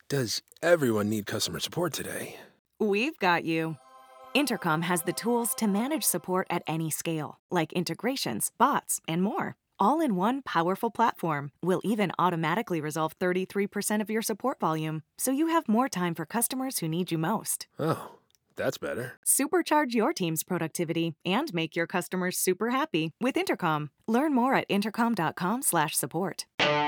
Does everyone need customer support today? We've got you. Intercom has the tools to manage support at any scale, like integrations, bots, and more. All in one powerful platform. We'll even automatically resolve 33% of your support volume, so you have more time for customers who need you most. Oh, that's better. Supercharge your team's productivity and make your customers super happy with Intercom. Learn more at intercom.com/support.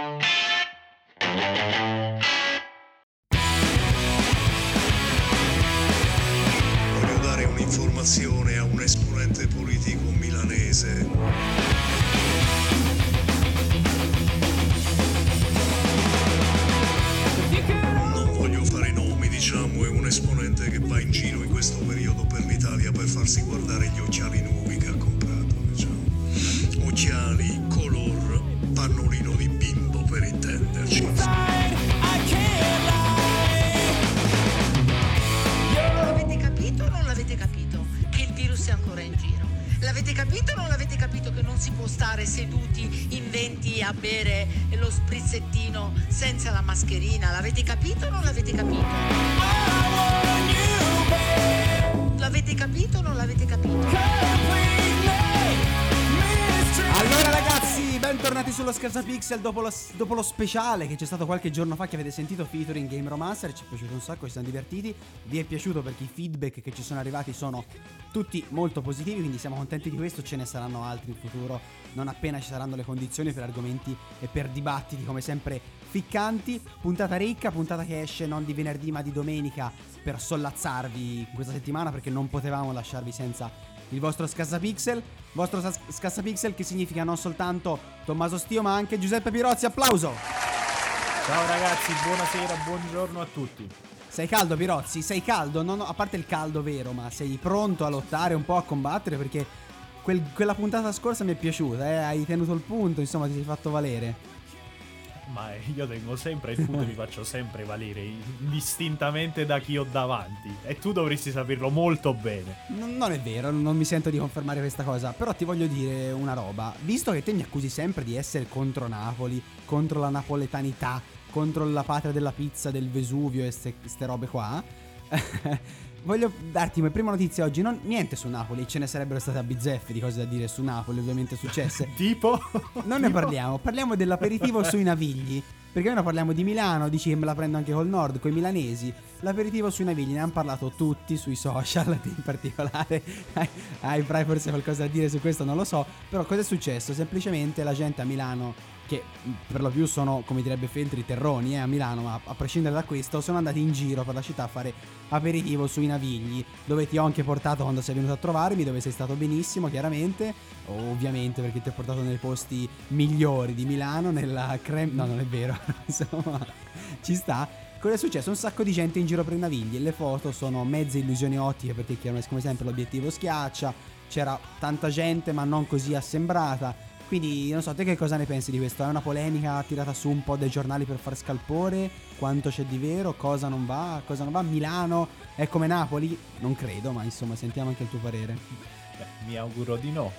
Voglio dare un'informazione a un esponente politico milanese. Non voglio fare nomi, diciamo, è un esponente che va in giro in questo periodo per l'Italia per farsi guardare gli occhiali nuovi che ha comprato, diciamo. Occhiali color pannolino di bimbo, per intenderci. L'avete capito o non l'avete capito che il virus è ancora in giro? L'avete capito o non l'avete capito che non si può stare seduti in 20 a bere lo sprizzettino senza la mascherina? L'avete capito o non l'avete capito? L'avete capito o non l'avete capito? Allora ragazzi, bentornati sullo Scarsapixel dopo lo speciale che c'è stato qualche giorno fa, che avete sentito, featuring Game Romancer. Ci è piaciuto un sacco, ci siamo divertiti. Vi è piaciuto perché i feedback che ci sono arrivati sono tutti molto positivi, quindi siamo contenti di questo. Ce ne saranno altri in futuro, non appena ci saranno le condizioni, per argomenti e per dibattiti come sempre ficcanti. Puntata ricca, puntata che esce non di venerdì ma di domenica, per sollazzarvi questa settimana, perché non potevamo lasciarvi senza il vostro Scassapixel. Vostro Scassapixel che significa non soltanto Tommaso Stio ma anche Giuseppe Pirozzi. Applauso. Ciao ragazzi, buonasera, buongiorno a tutti. Sei caldo Pirozzi? Sei caldo? No, a parte il caldo vero, ma sei pronto a lottare, un po' a combattere? Perché quella puntata scorsa mi è piaciuta, hai tenuto il punto, insomma ti sei fatto valere. Ma io tengo sempre il punto e mi faccio sempre valere indistintamente da chi ho davanti. E tu dovresti saperlo molto bene. Non è vero, non mi sento di confermare questa cosa. Però ti voglio dire una roba. Visto che te mi accusi sempre di essere contro Napoli, contro la napoletanità, contro la patria della pizza, del Vesuvio e ste robe qua, voglio darti come prima notizia oggi, niente su Napoli. Ce ne sarebbero state a bizzeffe di cose da dire su Napoli, ovviamente successe. Tipo? Non ne parliamo dell'aperitivo sui Navigli. Perché noi non parliamo di Milano, dici che me la prendo anche col nord, coi milanesi. L'aperitivo sui Navigli, ne hanno parlato tutti sui social, in particolare hai forse qualcosa da dire su questo, non lo so. Però cosa è successo? Semplicemente la gente a Milano, che per lo più sono, come direbbe Feltri, terroni a Milano, ma a prescindere da questo, sono andati in giro per la città a fare aperitivo sui Navigli, dove ti ho anche portato quando sei venuto a trovarmi, dove sei stato benissimo, chiaramente, ovviamente, perché ti ho portato nei posti migliori di Milano, nella creme... No, non è vero, insomma, ci sta. Cosa è successo? Un sacco di gente in giro per i Navigli. Le foto sono mezze illusioni ottiche, perché come sempre l'obiettivo schiaccia. C'era tanta gente ma non così assembrata. Quindi non so, te che cosa ne pensi di questo? È una polemica tirata su un po' dai giornali per far scalpore? Quanto c'è di vero? Cosa non va? Cosa non va? Milano è come Napoli? Non credo, ma insomma sentiamo anche il tuo parere. Mi auguro di no.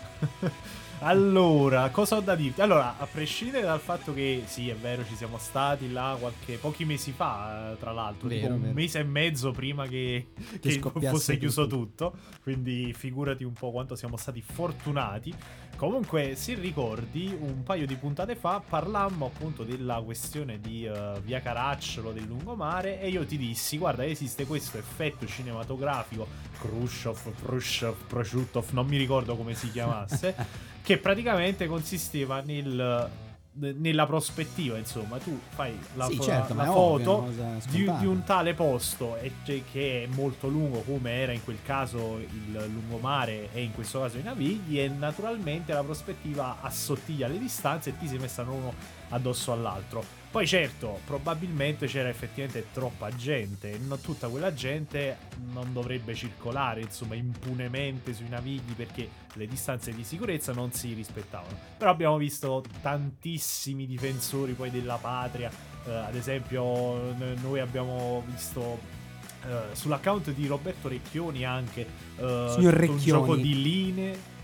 Allora, cosa ho da dirti? Allora, a prescindere dal fatto che sì, è vero, ci siamo stati là pochi mesi fa, tra l'altro, vero, tipo un vero. mese e mezzo prima che fosse chiuso tutto. Quindi figurati un po' quanto siamo stati fortunati. Comunque, se ricordi, un paio di puntate fa parlammo appunto della questione di Via Caracciolo, del lungomare, e io ti dissi, guarda, esiste questo effetto cinematografico, Prosciutto, non mi ricordo come si chiamasse, che praticamente consisteva nella prospettiva, insomma, tu fai la foto di un tale posto che è molto lungo, come era in quel caso il lungomare e in questo caso i Navigli, e naturalmente la prospettiva assottiglia le distanze e ti sei messa uno addosso all'altro. Poi certo, probabilmente c'era effettivamente troppa gente, e tutta quella gente non dovrebbe circolare, insomma, impunemente sui Navigli, perché le distanze di sicurezza non si rispettavano. Però abbiamo visto tantissimi difensori poi della patria, ad esempio noi abbiamo visto sull'account di Roberto Recchioni anche Signor Recchioni, un gioco di linee.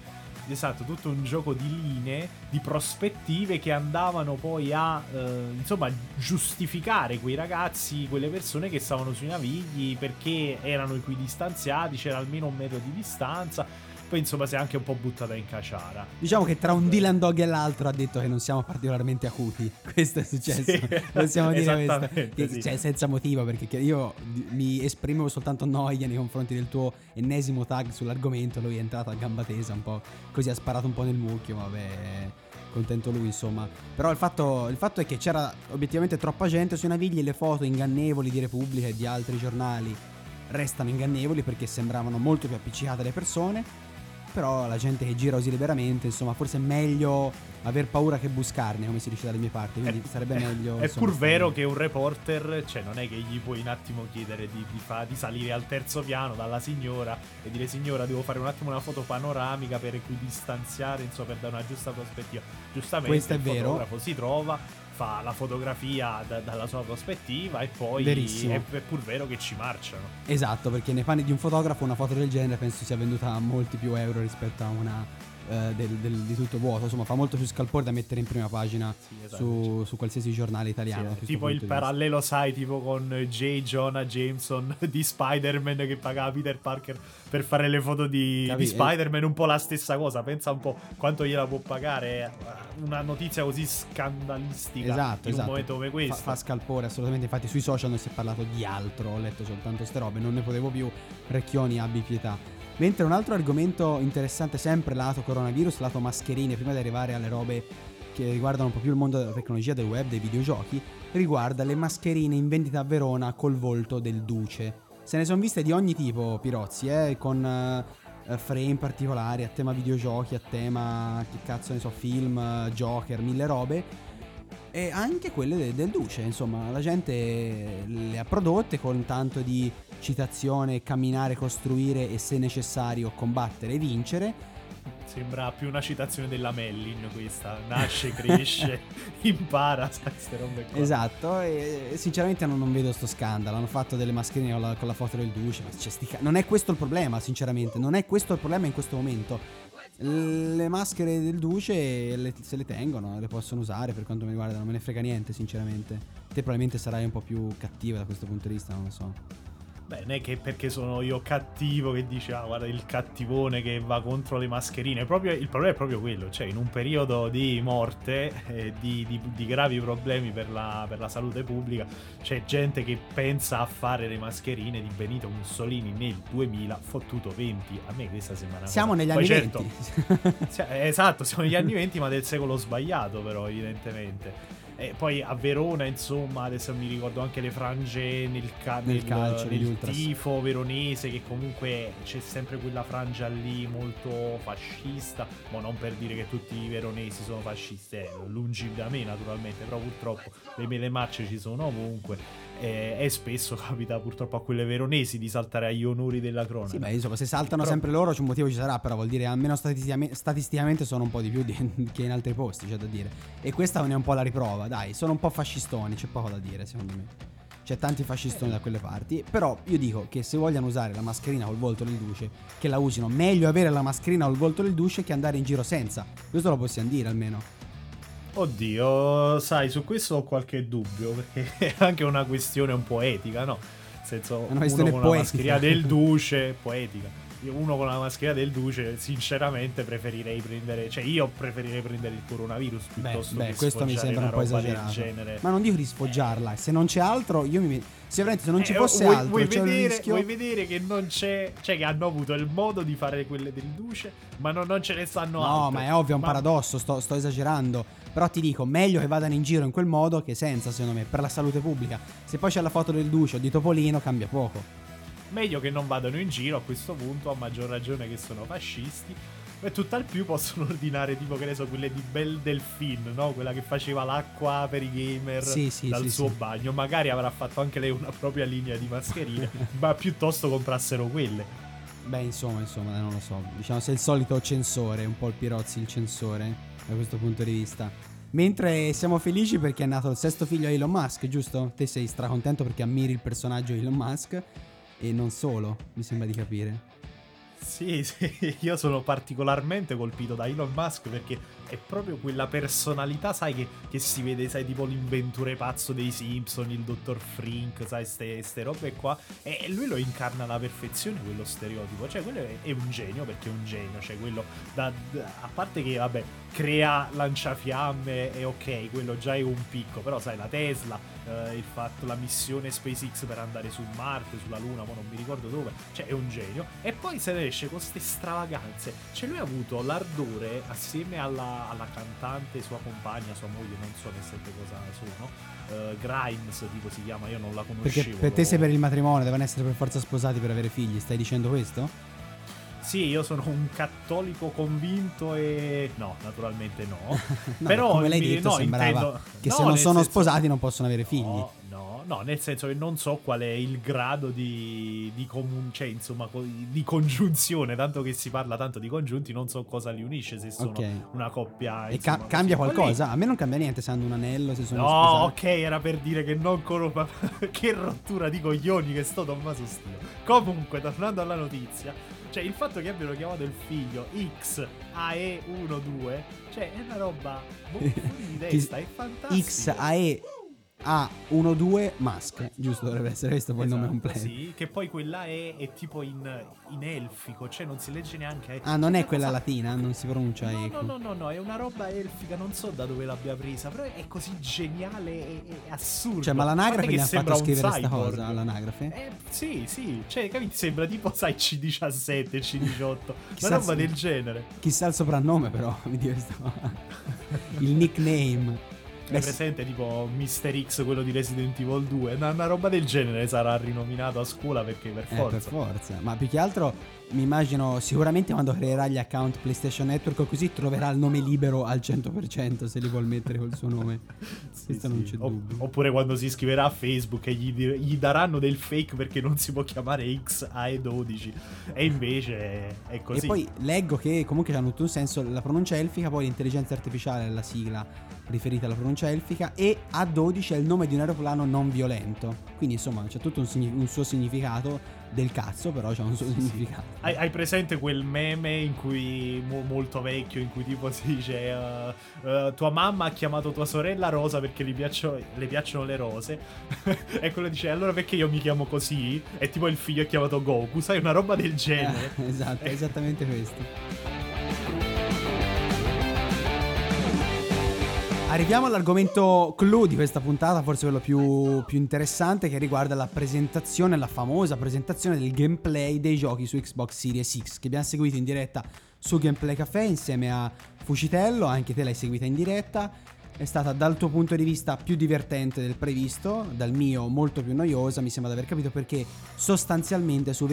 esatto, tutto un gioco di linee, di prospettive che andavano poi a insomma giustificare quei ragazzi, quelle persone che stavano sui navigli perché erano equidistanziati, c'era almeno 1 metro di distanza. Poi insomma si è anche un po' buttata in caciara. Diciamo che tra un Dylan Dog e l'altro ha detto che non siamo particolarmente acuti. Questo è successo. Sì, possiamo dire questo. Sì. Cioè, senza motivo, perché io mi esprimevo soltanto noia nei confronti del tuo ennesimo tag sull'argomento. Lui è entrato a gamba tesa un po', così ha sparato un po' nel mucchio. Vabbè, contento lui insomma. Però il fatto è che c'era obiettivamente troppa gente sui navigli. Le foto ingannevoli di Repubblica e di altri giornali restano ingannevoli perché sembravano molto più appiccicate le persone. Però la gente che gira così liberamente, insomma, forse è meglio aver paura che buscarne, come si dice dalle mie parti. Quindi sarebbe meglio. È pur vero che un reporter, cioè non è che gli puoi un attimo chiedere di salire al terzo piano dalla signora e dire: signora, devo fare un attimo una foto panoramica per equidistanziare, insomma, per dare una giusta prospettiva. Giustamente questo è il vero. fotografo si trova, fa la fotografia dalla sua prospettiva e poi è pur vero che ci marciano. Esatto, perché nei panni di un fotografo una foto del genere penso sia venduta a molti più euro rispetto a una di tutto vuoto. Insomma, fa molto più scalpore da mettere in prima pagina, sì, esatto, su qualsiasi giornale italiano. Sì, tipo il parallelo, sai, tipo con J. Jonah Jameson di Spider-Man che pagava Peter Parker per fare le foto di Spider-Man, un po' la stessa cosa. Pensa un po' quanto gliela può pagare una notizia così scandalistica, esatto, un momento come questo. Fa scalpore assolutamente. Infatti sui social non si è parlato di altro, ho letto soltanto ste robe, non ne potevo più. Recchioni, abbi pietà. Mentre un altro argomento interessante, sempre lato coronavirus, lato mascherine, prima di arrivare alle robe che riguardano un po' più il mondo della tecnologia, del web, dei videogiochi, riguarda le mascherine in vendita a Verona col volto del Duce. Se ne sono viste di ogni tipo, Pirozzi, con frame particolari, a tema videogiochi, a tema, che cazzo ne so, film, Joker, 1000 robe. E anche quelle del Duce, insomma, la gente le ha prodotte con tanto di citazione: camminare, costruire e se necessario combattere e vincere. Sembra più una citazione della Mellin questa: nasce, cresce, impara, sai, queste robe qua. Esatto, e sinceramente non vedo sto scandalo. Hanno fatto delle mascherine con la foto del Duce, ma non è questo il problema, sinceramente, non è questo il problema in questo momento. Le maschere del Duce se le tengono, le possono usare, per quanto mi riguarda non me ne frega niente, sinceramente. Te probabilmente sarai un po' più cattiva da questo punto di vista, non lo so. Beh, non è che perché sono io cattivo che dice guarda il cattivone che va contro le mascherine. Il problema è proprio quello, cioè in un periodo di morte, di gravi problemi per la salute pubblica, c'è gente che pensa a fare le mascherine di Benito Mussolini nel 2000 fottuto 20. A me questa sembra una siamo cosa. Negli anni 20. Esatto, siamo negli anni 20, ma del secolo sbagliato, però evidentemente. E poi a Verona, insomma, adesso mi ricordo anche le frange nel calcio, nel tifo veronese, che comunque c'è sempre quella frangia lì molto fascista, ma non per dire che tutti i veronesi sono fascisti, lungi da me naturalmente, però purtroppo le mele marce ci sono ovunque. E spesso capita purtroppo a quelle veronesi di saltare agli onori della cronaca. Sì, beh, insomma, se saltano sempre loro c'è un motivo, ci sarà, però vuol dire almeno statisticamente sono un po' di più che in altri posti, c'è da dire. E questa è un po' la riprova, dai, sono un po' fascistoni, c'è poco da dire secondo me. C'è tanti fascistoni da quelle parti. Però io dico che se vogliono usare la mascherina col volto del Duce, che la usino. Meglio avere la mascherina col volto del Duce che andare in giro senza. Questo lo possiamo dire almeno. Oddio, sai, su questo ho qualche dubbio, perché è anche una questione un po' etica, no? Nel senso, uno con la mascherina del Duce, poetica. Uno con la mascherina del Duce, sinceramente preferirei prendere, cioè io preferirei prendere il coronavirus piuttosto che questo mi sembra un po' esagerato. Ma non dico di sfoggiarla, se non c'è altro io mi se non ci fosse altro, vuoi vedere che non c'è, cioè che hanno avuto il modo di fare quelle del Duce, ma non ce ne stanno altre. No, ma è ovvio, è un paradosso, sto esagerando. Però ti dico, meglio che vadano in giro in quel modo che senza, secondo me, per la salute pubblica. Se poi c'è la foto del Duce o di Topolino, cambia poco. Meglio che non vadano in giro a questo punto, a maggior ragione che sono fascisti. E tutt'al più possono ordinare tipo, che ne so, quelle di Belle Delphine, no? Quella che faceva l'acqua per i gamer dal suo bagno. Magari avrà fatto anche lei una propria linea di mascherine, ma piuttosto comprassero quelle. Beh, insomma, non lo so. Diciamo, sei il solito censore, un po' il Pirozzi il censore, da questo punto di vista. Mentre siamo felici perché è nato il sesto figlio a Elon Musk, giusto? Te sei stracontento perché ammiri il personaggio Elon Musk. E non solo, mi sembra di capire. Sì, io sono particolarmente colpito da Elon Musk perché è proprio quella personalità, sai, che si vede, sai, tipo l'inventore pazzo dei Simpson, il dottor Frink, sai, ste robe qua, e lui lo incarna alla perfezione quello stereotipo, cioè quello è un genio, perché è un genio, cioè quello, a parte che, vabbè, crea lanciafiamme e ok, quello già è un picco, però sai, la Tesla, il fatto, la missione SpaceX per andare su Marte, sulla Luna, ma non mi ricordo dove, cioè è un genio, e poi se ne esce con ste stravaganze, cioè lui ha avuto l'ardore, assieme alla cantante, sua compagna, sua moglie, non so esattamente cosa sono, Grimes tipo si chiama, io non la conoscevo. Perché per te sei per il matrimonio, devono essere per forza sposati per avere figli, stai dicendo questo? Sì, io sono un cattolico convinto e... no, naturalmente no. No, però come l'hai detto, sembrava intendo... che no, se non sono senso... sposati non possono avere figli. No, nel senso che non so qual è il grado di cioè, insomma, di congiunzione, tanto che si parla tanto di congiunti, non so cosa li unisce, se sono una coppia, e insomma, cambia così. qualcosa? A me non cambia niente se hanno un anello, se sono sposati. Ok, era per dire che non conosco. Che rottura di coglioni che sto Tommaso Stio. Comunque, tornando alla notizia, cioè il fatto che abbiano chiamato il figlio XAE12, cioè è una roba fuori di testa, è fantastico. XAE-A12 Musk, giusto, dovrebbe essere questo poi il nome completo. Sì, che poi quella è tipo in elfico, cioè non si legge neanche. Non è quella latina, non si pronuncia no, è una roba elfica, non so da dove l'abbia presa, però è così geniale e assurdo. Cioè, ma l'anagrafe gli ha fatto scrivere sta cyborg. cosa, l'anagrafe? Sì, cioè, capito, sembra tipo, sai, C17, C18, una roba del genere. Chissà il soprannome però, di questo. Il nickname. È presente tipo Mr. X, quello di Resident Evil 2, una roba del genere sarà rinominato a scuola, perché per forza. Ma più che altro mi immagino sicuramente quando creerà gli account PlayStation Network o così troverà il nome libero al 100% se li vuol mettere col suo nome. Questo non c'è dubbio. Oppure quando si iscriverà a Facebook e gli daranno del fake perché non si può chiamare XAE12 e invece è così. E poi leggo che comunque hanno tutto un senso, la pronuncia elfica, poi l'intelligenza artificiale è la sigla riferita alla pronuncia elfica, e A12 è il nome di un aeroplano non violento, quindi insomma c'è tutto un suo significato del cazzo, però c'è un suo significato. Hai presente quel meme in cui molto vecchio, in cui tipo si dice tua mamma ha chiamato tua sorella Rosa perché le piacciono le rose e quello dice allora perché io mi chiamo così, e tipo il figlio è chiamato Goku, sai, una roba del genere. Esatto, è esattamente questo. Arriviamo all'argomento clou di questa puntata, forse quello più interessante, che riguarda la famosa presentazione del gameplay dei giochi su Xbox Series X, che abbiamo seguito in diretta su Gameplay Café insieme a Fucitello. Anche te l'hai seguita in diretta. È stata dal tuo punto di vista più divertente del previsto, dal mio molto più noiosa, mi sembra di aver capito, perché sostanzialmente su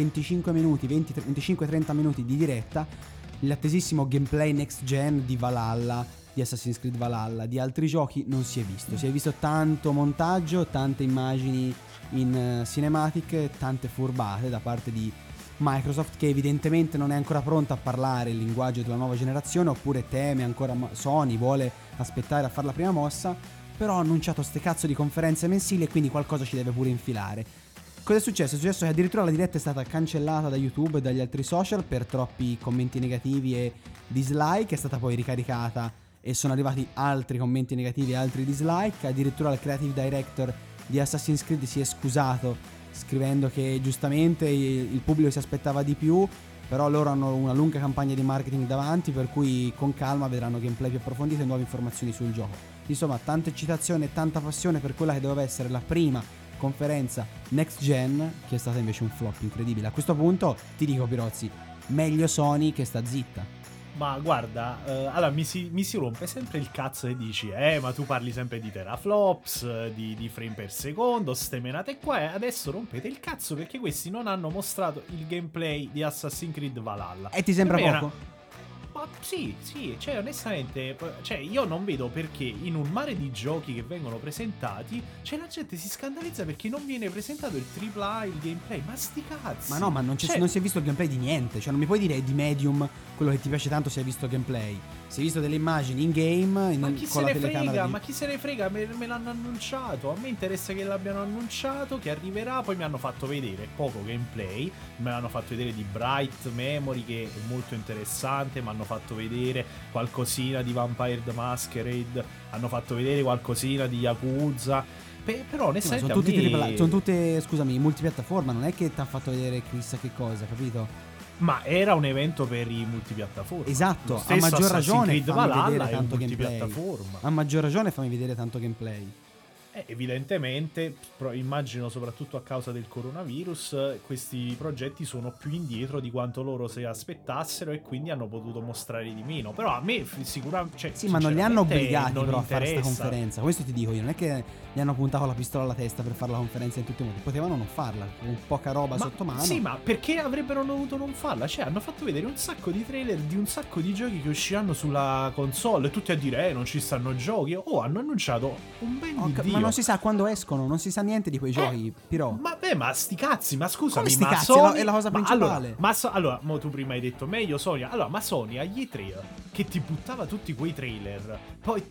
25-30 minuti di diretta l'attesissimo gameplay next gen di Valhalla, di Assassin's Creed Valhalla, di altri giochi non si è visto. Si è visto tanto montaggio, tante immagini in cinematic, tante furbate da parte di Microsoft, che evidentemente non è ancora pronta a parlare il linguaggio della nuova generazione, oppure teme ancora, Sony vuole aspettare a fare la prima mossa, però ha annunciato ste cazzo di conferenze mensili e quindi qualcosa ci deve pure infilare. Cosa è successo? È successo che addirittura la diretta è stata cancellata da YouTube e dagli altri social per troppi commenti negativi e dislike, è stata poi ricaricata e sono arrivati altri commenti negativi e altri dislike. Addirittura il creative director di Assassin's Creed si è scusato scrivendo che giustamente il pubblico si aspettava di più, però loro hanno una lunga campagna di marketing davanti, per cui con calma vedranno gameplay più approfondite e nuove informazioni sul gioco. Insomma, tanta eccitazione e tanta passione per quella che doveva essere la prima conferenza next gen, che è stata invece un flop incredibile. A questo punto ti dico, Pirozzi, meglio Sony che sta zitta. Ma guarda, allora mi si rompe sempre il cazzo e dici ma tu parli sempre di teraflops, di frame per secondo, ste menate qua, e adesso rompete il cazzo perché questi non hanno mostrato il gameplay di Assassin's Creed Valhalla. E ti sembra poco? Ma sì, cioè onestamente, cioè io non vedo perché in un mare di giochi che vengono presentati, cioè la gente si scandalizza perché non viene presentato il AAA, il gameplay. Ma sti cazzi. Ma no, ma non si è visto il gameplay di niente. Cioè non mi puoi dire di Medium, quello che ti piace tanto, si è visto il gameplay. Si è visto delle immagini in game ma chi con se la ne telecamera frega? di... Ma chi se ne frega? Me l'hanno annunciato. A me interessa che l'abbiano annunciato, che arriverà. Poi mi hanno fatto vedere poco gameplay. Me l'hanno fatto vedere di Bright Memory, che è molto interessante. Mi hanno fatto vedere qualcosina di Vampire the Masquerade. Hanno fatto vedere qualcosina di Yakuza. Però onestamente sono tutte, scusami, multipiattaforma. Non è che ti ha fatto vedere chissà che cosa, capito? Ma era un evento per i multipiattaforma. Esatto, a maggior ragione fammi vedere tanto gameplay. A maggior ragione fammi vedere tanto gameplay. Evidentemente, immagino soprattutto a causa del coronavirus, questi progetti sono più indietro di quanto loro si aspettassero e quindi hanno potuto mostrare di meno. Però a me sicuramente... Cioè, sì, ma non li hanno obbligati però a fare questa interessa. conferenza. Questo ti dico io, non è che gli hanno puntato la pistola alla testa per fare la conferenza in tutti i modi. Potevano non farla, con poca roba sotto mano. Sì, ma perché avrebbero dovuto non farla? Cioè, hanno fatto vedere un sacco di trailer di un sacco di giochi che usciranno sulla console. E tutti a dire, non ci stanno giochi. Hanno annunciato un ben di Dio. Ma non si sa quando escono, non si sa niente di quei giochi, però. Ma sti cazzi, ma scusami, come sti cazzi? Sony... È la cosa principale. Allora, mo tu prima hai detto meglio Sony. Allora, ma Sony agli E3 che ti buttava tutti quei trailer, poi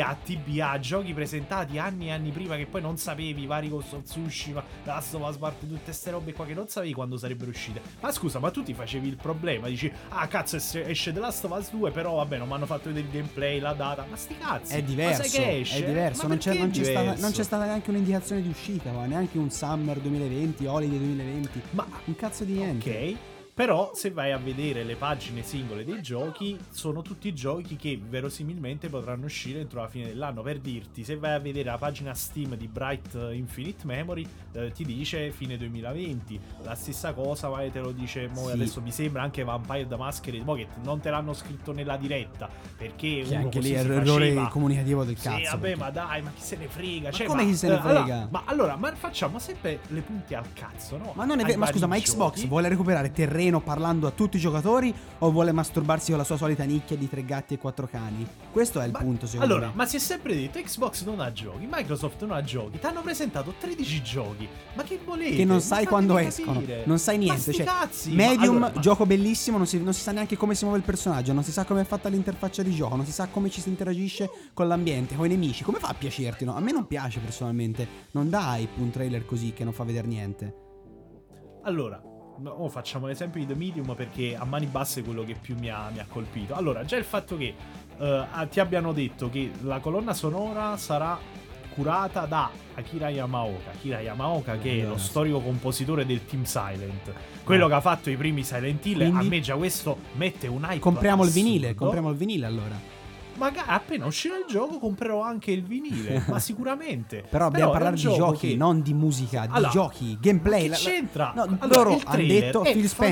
TBA, giochi presentati anni e anni prima che poi non sapevi, vari Ghost of Tsushima, Last of Us Part, tutte ste robe qua che non sapevi quando sarebbero uscite. Ma scusa, ma tu ti facevi il problema, dici, cazzo, esce The Last of Us 2, però vabbè, non mi hanno fatto vedere il gameplay, la data. Ma sti cazzi, è diverso, ma sai che esce? È diverso, non c'è stata neanche un'indicazione di uscita, ma neanche un Summer 2020, Holiday 2020, ma un cazzo di niente. Ok. Però se vai a vedere le pagine singole dei giochi, sono tutti giochi che verosimilmente potranno uscire entro la fine dell'anno. Per dirti, se vai a vedere la pagina Steam di Bright Infinite Memory, ti dice fine 2020. La stessa cosa, ma te lo dice sì. Adesso mi sembra anche Vampire the Masquerade, mo che non te l'hanno scritto nella diretta, perché uno anche lì è l'errore comunicativo del cazzo. Sì, vabbè, perché... ma dai, ma chi se ne frega? Ma come chi se ne frega? Ma facciamo sempre le punte al cazzo, no? Ma non è vero, ma scusa, ma Xbox vuole recuperare terreno parlando a tutti i giocatori o vuole masturbarsi con la sua solita nicchia di 3 gatti e 4 cani? Questo è il punto, secondo me. Allora, ma si è sempre detto Xbox non ha giochi, Microsoft non ha giochi, ti hanno presentato 13 giochi, ma che volete? Che non sai quando escono, non sai niente, cioè cazzi, Medium, gioco bellissimo, non si sa neanche come si muove il personaggio, non si sa come è fatta l'interfaccia di gioco, non si sa come ci si interagisce con l'ambiente, con i nemici. Come fa a piacerti, no? A me non piace personalmente, non dà hype un trailer così che non fa vedere niente. Allora, facciamo l'esempio di The Medium perché a mani basse è quello che più mi ha colpito. Allora, già il fatto che ti abbiano detto che la colonna sonora sarà curata da Akira Yamaoka che è lo storico compositore del Team Silent, quello che ha fatto i primi Silent Hill. Quindi, a me già questo mette un hype. Compriamo il vinile allora. Magari appena uscirà il gioco comprerò anche il vinile, ma sicuramente. Però dobbiamo parlare di giochi, non di musica, di giochi, gameplay. Che c'entra? No, loro hanno detto,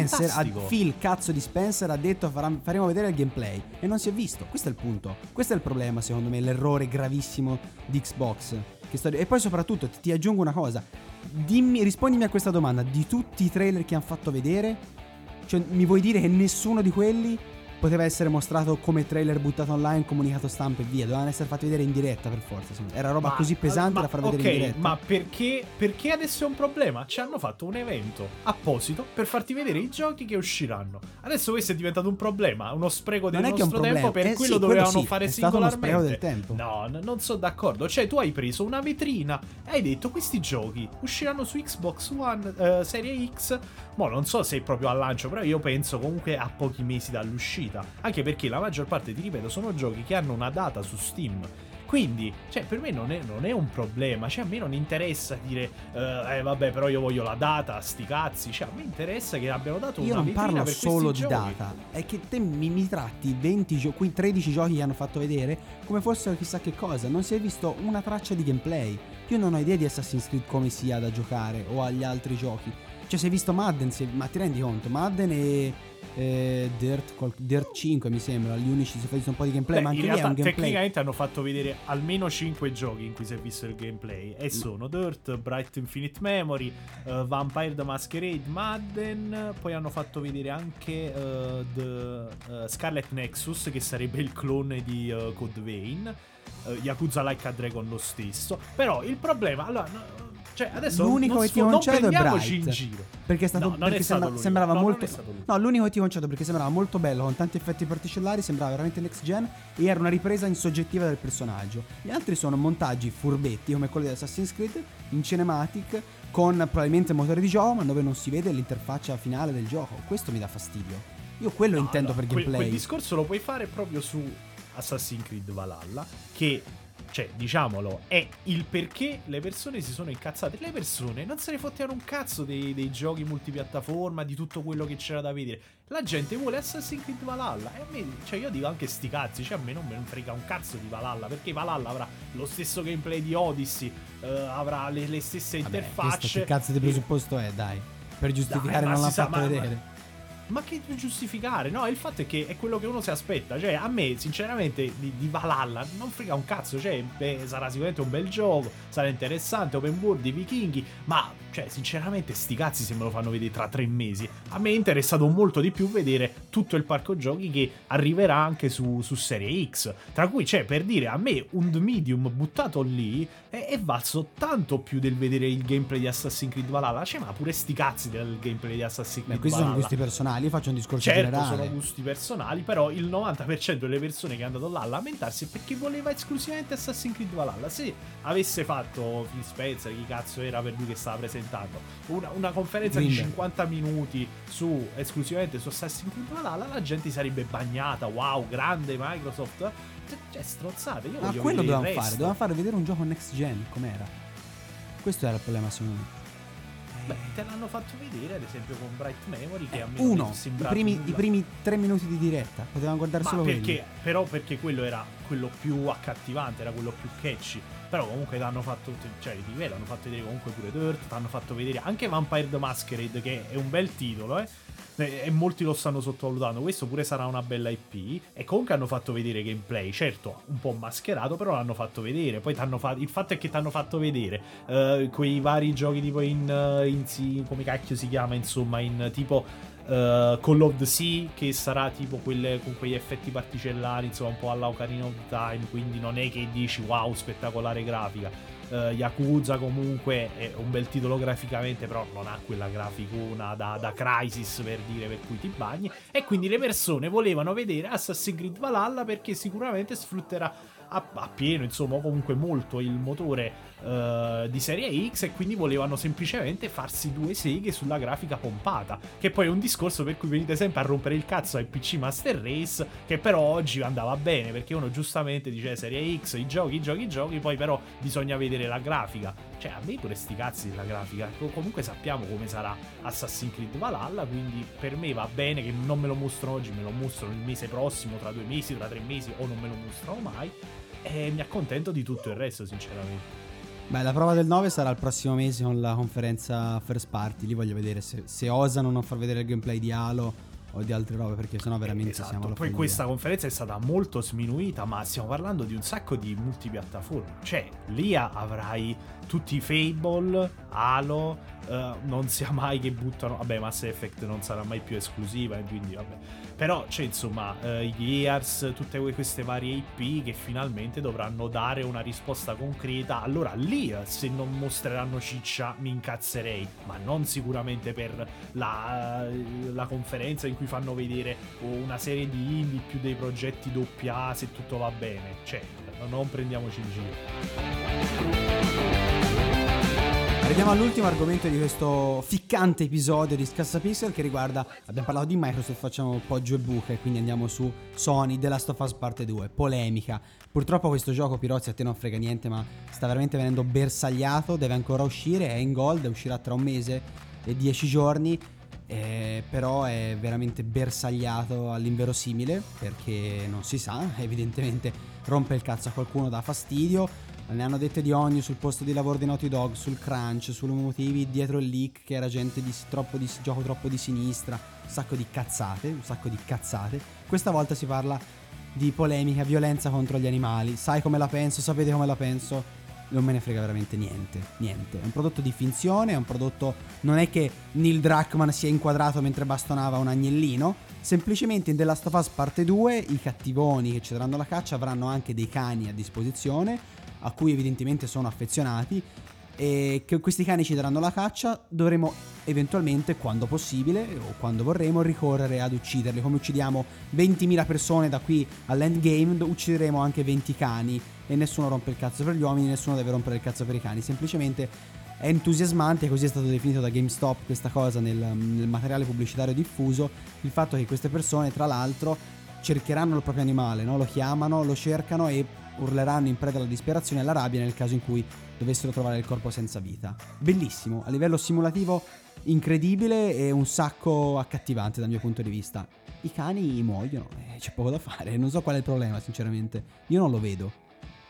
Phil cazzo di Spencer ha detto faremo vedere il gameplay e non si è visto. Questo è il punto. Questo è il problema, secondo me, l'errore gravissimo di Xbox. E poi soprattutto ti aggiungo una cosa. Rispondimi a questa domanda. Di tutti i trailer che hanno fatto vedere, cioè mi vuoi dire che nessuno di quelli poteva essere mostrato come trailer buttato online, comunicato stampa e via? Dovevano essere fatti vedere in diretta per forza. Era roba così pesante da far vedere in diretta. Ma perché adesso è un problema? Ci hanno fatto un evento apposito per farti vedere i giochi che usciranno. Adesso questo è diventato un problema, uno spreco del nostro tempo. Per quello dovevano fare singolarmente. È stato uno spreco del tempo. No, non sono d'accordo. Cioè, tu hai preso una vetrina e hai detto questi giochi usciranno su Xbox One Serie X. Mo non so se è proprio al lancio, però io penso comunque a pochi mesi dall'uscita. Anche perché la maggior parte, ti ripeto, sono giochi che hanno una data su Steam. Quindi, cioè, per me non è un problema. Cioè, a me non interessa dire vabbè, però io voglio la data, sti cazzi. Cioè, a me interessa che abbiano dato una vetrina per questi giochi. Io non parlo solo di data. È che te mi tratti 13 giochi che hanno fatto vedere come fossero chissà che cosa. Non si è visto una traccia di gameplay. Io non ho idea di Assassin's Creed come sia da giocare o agli altri giochi. Cioè, si è visto Madden, ma ti rendi conto? Madden e Dirt 5 mi sembra gli unici si è visto un po' di gameplay. Ma anche lì è un gameplay. Tecnicamente hanno fatto vedere almeno 5 giochi in cui si è visto il gameplay e sono Dirt, Bright Infinite Memory, Vampire the Masquerade, Madden. Poi hanno fatto vedere anche Scarlet Nexus, che sarebbe il clone di Code Vein, Yakuza Like a Dragon lo stesso. Però il problema, allora, Cioè, adesso l'unico che ti concedo è Bright, in giro. Perché è stato, no, non perché è stato sembrava no, molto. No, l'unico che ti concedo perché sembrava molto bello, con tanti effetti particellari, sembrava veramente next gen e era una ripresa in soggettiva del personaggio. Gli altri sono montaggi furbetti come quelli di Assassin's Creed in cinematic con probabilmente motore di gioco, ma dove non si vede l'interfaccia finale del gioco. Questo mi dà fastidio. Io quello intendo per gameplay. Quel discorso lo puoi fare proprio su Assassin's Creed Valhalla, che, cioè, diciamolo, è il perché le persone si sono incazzate. Le persone non se ne fottevano un cazzo dei giochi multipiattaforma, di tutto quello che c'era da vedere. La gente vuole Assassin's Creed Valhalla. E a me, cioè, io dico anche sti cazzi, cioè a me non me ne frega un cazzo di Valhalla, perché Valhalla avrà lo stesso gameplay di Odyssey, avrà le stesse interfacce. Che cazzo di presupposto è, dai? Per giustificare non l'hanno fatto vedere. Ma che giustificare? No, il fatto è che è quello che uno si aspetta. Cioè, a me, sinceramente, di Valhalla non frega un cazzo. Cioè, sarà sicuramente un bel gioco, sarà interessante, open world, i vichinghi. Ma, cioè, sinceramente, sti cazzi se me lo fanno vedere tra 3 mesi. A me è interessato molto di più vedere tutto il parco giochi che arriverà anche su Serie X. Tra cui, cioè, per dire, a me un The Medium buttato lì è valso tanto più del vedere il gameplay di Assassin's Creed Valhalla. Cioè, ma pure sti cazzi del gameplay di Assassin's Creed Valhalla. Questi sono gusti personali. Io faccio un discorso generale. Certo, sono gusti personali, però il 90% delle persone che è andato là a lamentarsi è perché voleva esclusivamente Assassin's Creed Valhalla. Se avesse fatto Phil Spencer, chi cazzo era per lui che stava presentando, una conferenza di 50 minuti esclusivamente su Assassin's Creed Valhalla, la gente sarebbe bagnata. Wow, grande Microsoft. Cioè, strozzate. Io voglio quello vedere dovevano fare vedere un gioco next gen com'era. Questo era il problema secondo me. Beh, te l'hanno fatto vedere ad esempio con Bright Memory, che a me i primi 3 minuti di diretta potevano guardare solo perché, però perché quello era quello più accattivante, era quello più catchy. Però comunque t'hanno fatto, cioè ripeto, hanno fatto vedere comunque pure Dirt, t'hanno fatto vedere anche Vampire the Masquerade, che è un bel titolo, e molti lo stanno sottovalutando. Questo pure sarà una bella IP. E comunque hanno fatto vedere gameplay, certo un po' mascherato, però l'hanno fatto vedere. Poi il fatto è che t'hanno fatto vedere quei vari giochi tipo come cacchio si chiama, insomma, in tipo Call of the Sea, che sarà tipo quelle con quegli effetti particellari, insomma, un po' alla Ocarina of Time, quindi non è che dici wow, spettacolare grafica. Yakuza comunque è un bel titolo graficamente, però non ha quella graficona da Crysis, per dire, per cui ti bagni. E quindi le persone volevano vedere Assassin's Creed Valhalla perché sicuramente sfrutterà a pieno, insomma, comunque molto il motore di Serie X, e quindi volevano semplicemente farsi 2 seghe sulla grafica pompata, che poi è un discorso per cui venite sempre a rompere il cazzo ai PC Master Race, che però oggi andava bene perché uno giustamente dice Serie X, i giochi, poi però bisogna vedere la grafica. Cioè, a me pure sti cazzi della grafica. Comunque sappiamo come sarà Assassin's Creed Valhalla, quindi per me va bene che non me lo mostrano oggi, me lo mostrano il mese prossimo, tra 2 mesi, tra 3 mesi, o non me lo mostrano mai, e mi accontento di tutto il resto, sinceramente. Beh, la prova del 9 sarà il prossimo mese con la conferenza first party. Lì voglio vedere se osano non far vedere il gameplay di Halo o di altre robe, perché sennò veramente esatto. Siamo alla poi follia. Questa conferenza è stata molto sminuita, ma stiamo parlando di un sacco di multipiattaforme. Cioè, lì avrai tutti i Fable, Halo, non sia mai che buttano, vabbè, Mass Effect non sarà mai più esclusiva, quindi vabbè. Però c'è, insomma, i Gears, tutte queste varie IP che finalmente dovranno dare una risposta concreta. Allora lì, se non mostreranno ciccia, mi incazzerei, ma non sicuramente per la conferenza in cui fanno vedere una serie di indie più dei progetti AA, se tutto va bene. Cioè, non prendiamoci in giro. Arriviamo all'ultimo argomento di questo ficcante episodio di Scassapixel, che riguarda, abbiamo parlato di Microsoft, facciamo un po' giù e buche, quindi andiamo su Sony, The Last of Us Parte 2, polemica. Purtroppo questo gioco, Pirozzi, a te non frega niente, ma sta veramente venendo bersagliato, deve ancora uscire, è in gold, uscirà tra 1 mese e 10 giorni, però è veramente bersagliato all'inverosimile, perché non si sa, evidentemente rompe il cazzo a qualcuno, dà fastidio. Ne hanno dette di ogni sul posto di lavoro di Naughty Dog, sul crunch, sui motivi dietro il leak, che era gente di gioco troppo di sinistra, un sacco di cazzate. Questa volta si parla di polemica, violenza contro gli animali. Sai come la penso, sapete come la penso, non me ne frega veramente niente. È un prodotto di finzione, è un prodotto, non è che Neil Druckmann si è inquadrato mentre bastonava un agnellino. Semplicemente in The Last of Us Parte 2 i cattivoni che ci daranno la caccia avranno anche dei cani a disposizione, a cui evidentemente sono affezionati, e che questi cani ci daranno la caccia, dovremo eventualmente, quando possibile o quando vorremo, ricorrere ad ucciderli. Come uccidiamo 20.000 persone da qui all'endgame, uccideremo anche 20 cani e nessuno rompe il cazzo per gli uomini, nessuno deve rompere il cazzo per i cani. Semplicemente è entusiasmante, così è stato definito da GameStop questa cosa nel materiale pubblicitario diffuso, il fatto che queste persone tra l'altro cercheranno il proprio animale, no? Lo chiamano, lo cercano e urleranno in preda alla disperazione e alla rabbia nel caso in cui dovessero trovare il corpo senza vita. Bellissimo, a livello simulativo incredibile e un sacco accattivante dal mio punto di vista. I cani muoiono, c'è poco da fare, non so qual è il problema sinceramente, io non lo vedo.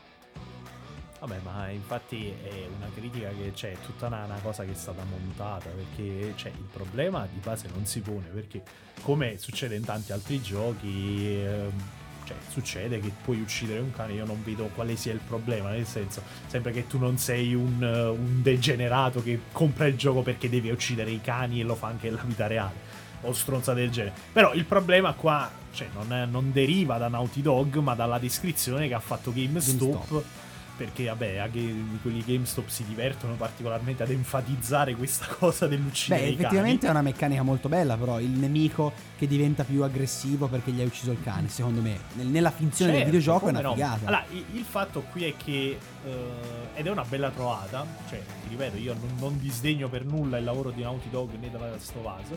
Vabbè, ma infatti è una critica che c'è, tutta una cosa che è stata montata, perché cioè, il problema di base non si pone, perché come succede in tanti altri giochi, cioè succede che puoi uccidere un cane, io non vedo quale sia il problema, nel senso, sempre che tu non sei un degenerato che compra il gioco perché devi uccidere i cani e lo fa anche nella vita reale, o stronza del genere. Però il problema qua, cioè, non deriva da Naughty Dog, ma dalla descrizione che ha fatto GameStop. Perché vabbè, anche quelli GameStop si divertono particolarmente ad enfatizzare questa cosa dell'uccidere i cani. Effettivamente è una meccanica molto bella, però il nemico che diventa più aggressivo perché gli hai ucciso il cane, secondo me nella finzione del videogioco è una figata. Allora, il fatto qui è che ed è una bella trovata, cioè ti ripeto, io non disdegno per nulla il lavoro di Naughty Dog né della Last of Us.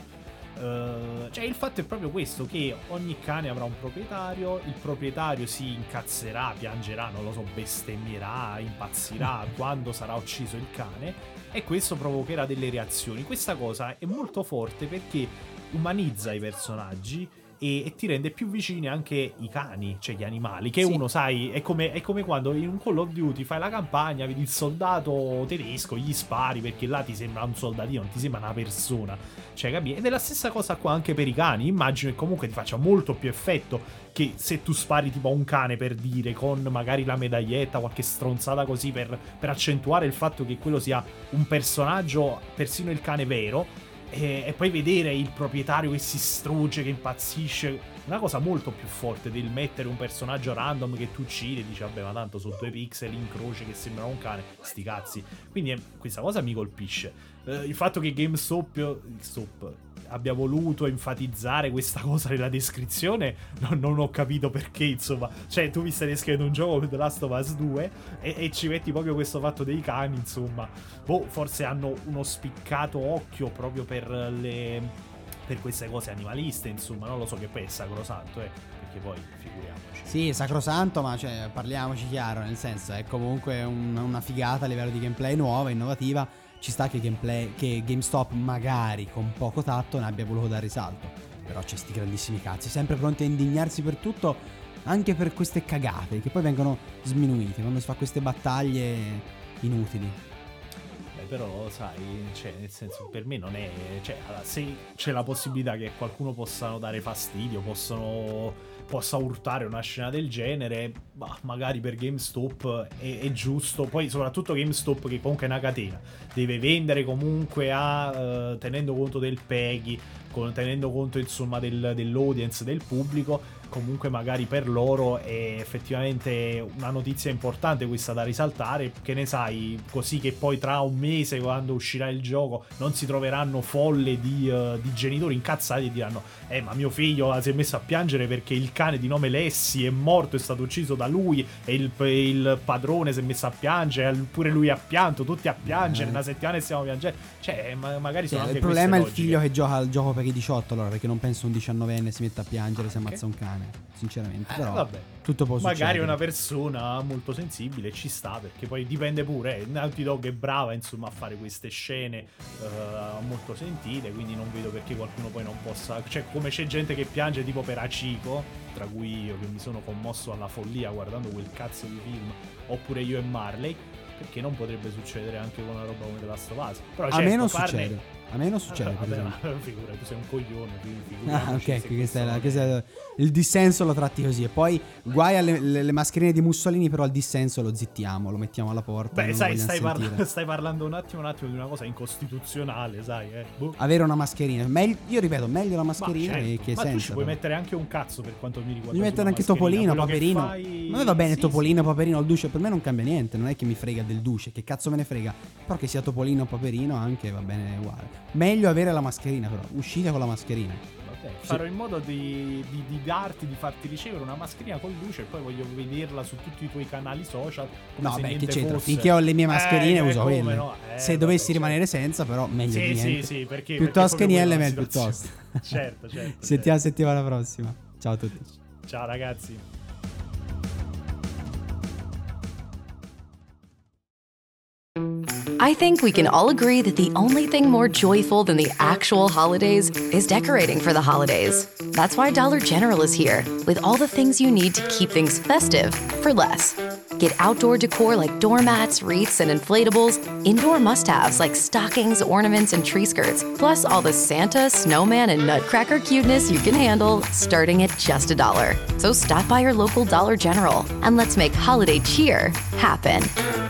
Cioè il fatto è proprio questo, che ogni cane avrà un proprietario, il proprietario si incazzerà, piangerà, non lo so, bestemmierà, impazzirà quando sarà ucciso il cane, e questo provocherà delle reazioni. Questa cosa è molto forte perché umanizza i personaggi e ti rende più vicini anche i cani, cioè gli animali, che sì. Uno, sai, è come quando in un Call of Duty fai la campagna, vedi il soldato tedesco, gli spari perché là ti sembra un soldatino, non ti sembra una persona, cioè capi? Ed è la stessa cosa qua anche per i cani. Immagino che comunque ti faccia molto più effetto che se tu spari tipo a un cane, per dire, con magari la medaglietta, qualche stronzata così per accentuare il fatto che quello sia un personaggio, persino il cane vero. E poi vedere il proprietario che si strugge, che impazzisce, una cosa molto più forte del mettere un personaggio random che tu uccidi e dici vabbè, ma tanto sono 2 pixel in croce che sembrano un cane, sti cazzi. Quindi questa cosa mi colpisce. Il fatto che GameStop abbia voluto enfatizzare questa cosa nella descrizione non ho capito perché, insomma. Cioè tu mi stai descrivendo un gioco come The Last of Us 2 e ci metti proprio questo fatto dei cani, insomma. Forse hanno uno spiccato occhio proprio per queste cose animaliste, insomma. Non lo so, che poi è sacrosanto, perché poi figuriamoci. Sì, è sacrosanto, ma cioè, parliamoci chiaro, nel senso è comunque una figata a livello di gameplay nuova, innovativa. Ci sta che GameStop magari con poco tatto ne abbia voluto dare risalto, però c'è sti grandissimi cazzi sempre pronti a indignarsi per tutto, anche per queste cagate che poi vengono sminuite quando si fa queste battaglie inutili. Però sai, cioè, nel senso, per me non è, cioè, se c'è la possibilità che qualcuno possano dare fastidio, possa urtare una scena del genere, magari per GameStop è giusto. Poi soprattutto GameStop, che comunque è una catena, deve vendere comunque tenendo conto del PEGI, tenendo conto insomma dell'audience, del pubblico. Comunque magari per loro è effettivamente una notizia importante questa da risaltare, che ne sai, così che poi tra un mese, quando uscirà il gioco, non si troveranno folle di genitori incazzati e diranno ma mio figlio si è messo a piangere perché il cane di nome Lessi è morto, è stato ucciso da lui, e il padrone si è messo a piangere, pure lui ha pianto, tutti a piangere, una settimana e stiamo piangendo, cioè magari sono anche il problema è il logiche. figlio che gioca al gioco per i 18, allora, perché non penso un 19enne si metta a piangere se ammazza un cane, sinceramente. Però vabbè, tutto può succedere. Magari una persona molto sensibile ci sta, perché poi dipende pure. Naughty Dog è brava insomma a fare queste scene molto sentite, quindi non vedo perché qualcuno poi non possa, cioè come c'è gente che piange tipo per Hachiko, tra cui io che mi sono commosso alla follia guardando quel cazzo di film, oppure io e Marley, perché non potrebbe succedere anche con una roba come The Last of Us. Però certo, a me non succede. A me non succede, per esempio. Figura, tu sei un coglione, ok, questo è il dissenso lo tratti così. E poi guai alle mascherine di Mussolini, però il dissenso lo zittiamo, lo mettiamo alla porta. Beh, sai, stai parlando un attimo di una cosa incostituzionale, sai, Avere una mascherina, io ripeto, meglio la mascherina che senza. Ma tu ci puoi mettere anche un cazzo, per quanto mi riguarda. Devi mettere anche Topolino, Paperino. Ma va bene, Topolino, Paperino, il duce, per me non cambia niente, non è che mi frega del duce, che cazzo me ne frega, però che sia Topolino o Paperino anche va bene uguale. Meglio avere la mascherina, però uscite con la mascherina. Farò in modo di farti ricevere una mascherina col duce e poi voglio vederla su tutti i tuoi canali social. No, beh, che c'entra? Finché ho le mie mascherine uso quelle. No? Se dovessi rimanere senza, però meglio di niente. Sì, perché piuttosto che niente, meglio piuttosto. Certo. Sentiamo settimana prossima. Ciao a tutti. Ciao ragazzi. I think we can all agree that the only thing more joyful than the actual holidays is decorating for the holidays. That's why Dollar General is here, with all the things you need to keep things festive for less. Get outdoor decor like doormats, wreaths, and inflatables, indoor must-haves like stockings, ornaments, and tree skirts, plus all the Santa, snowman, and nutcracker cuteness you can handle, starting at just $1. So stop by your local Dollar General, and let's make holiday cheer happen.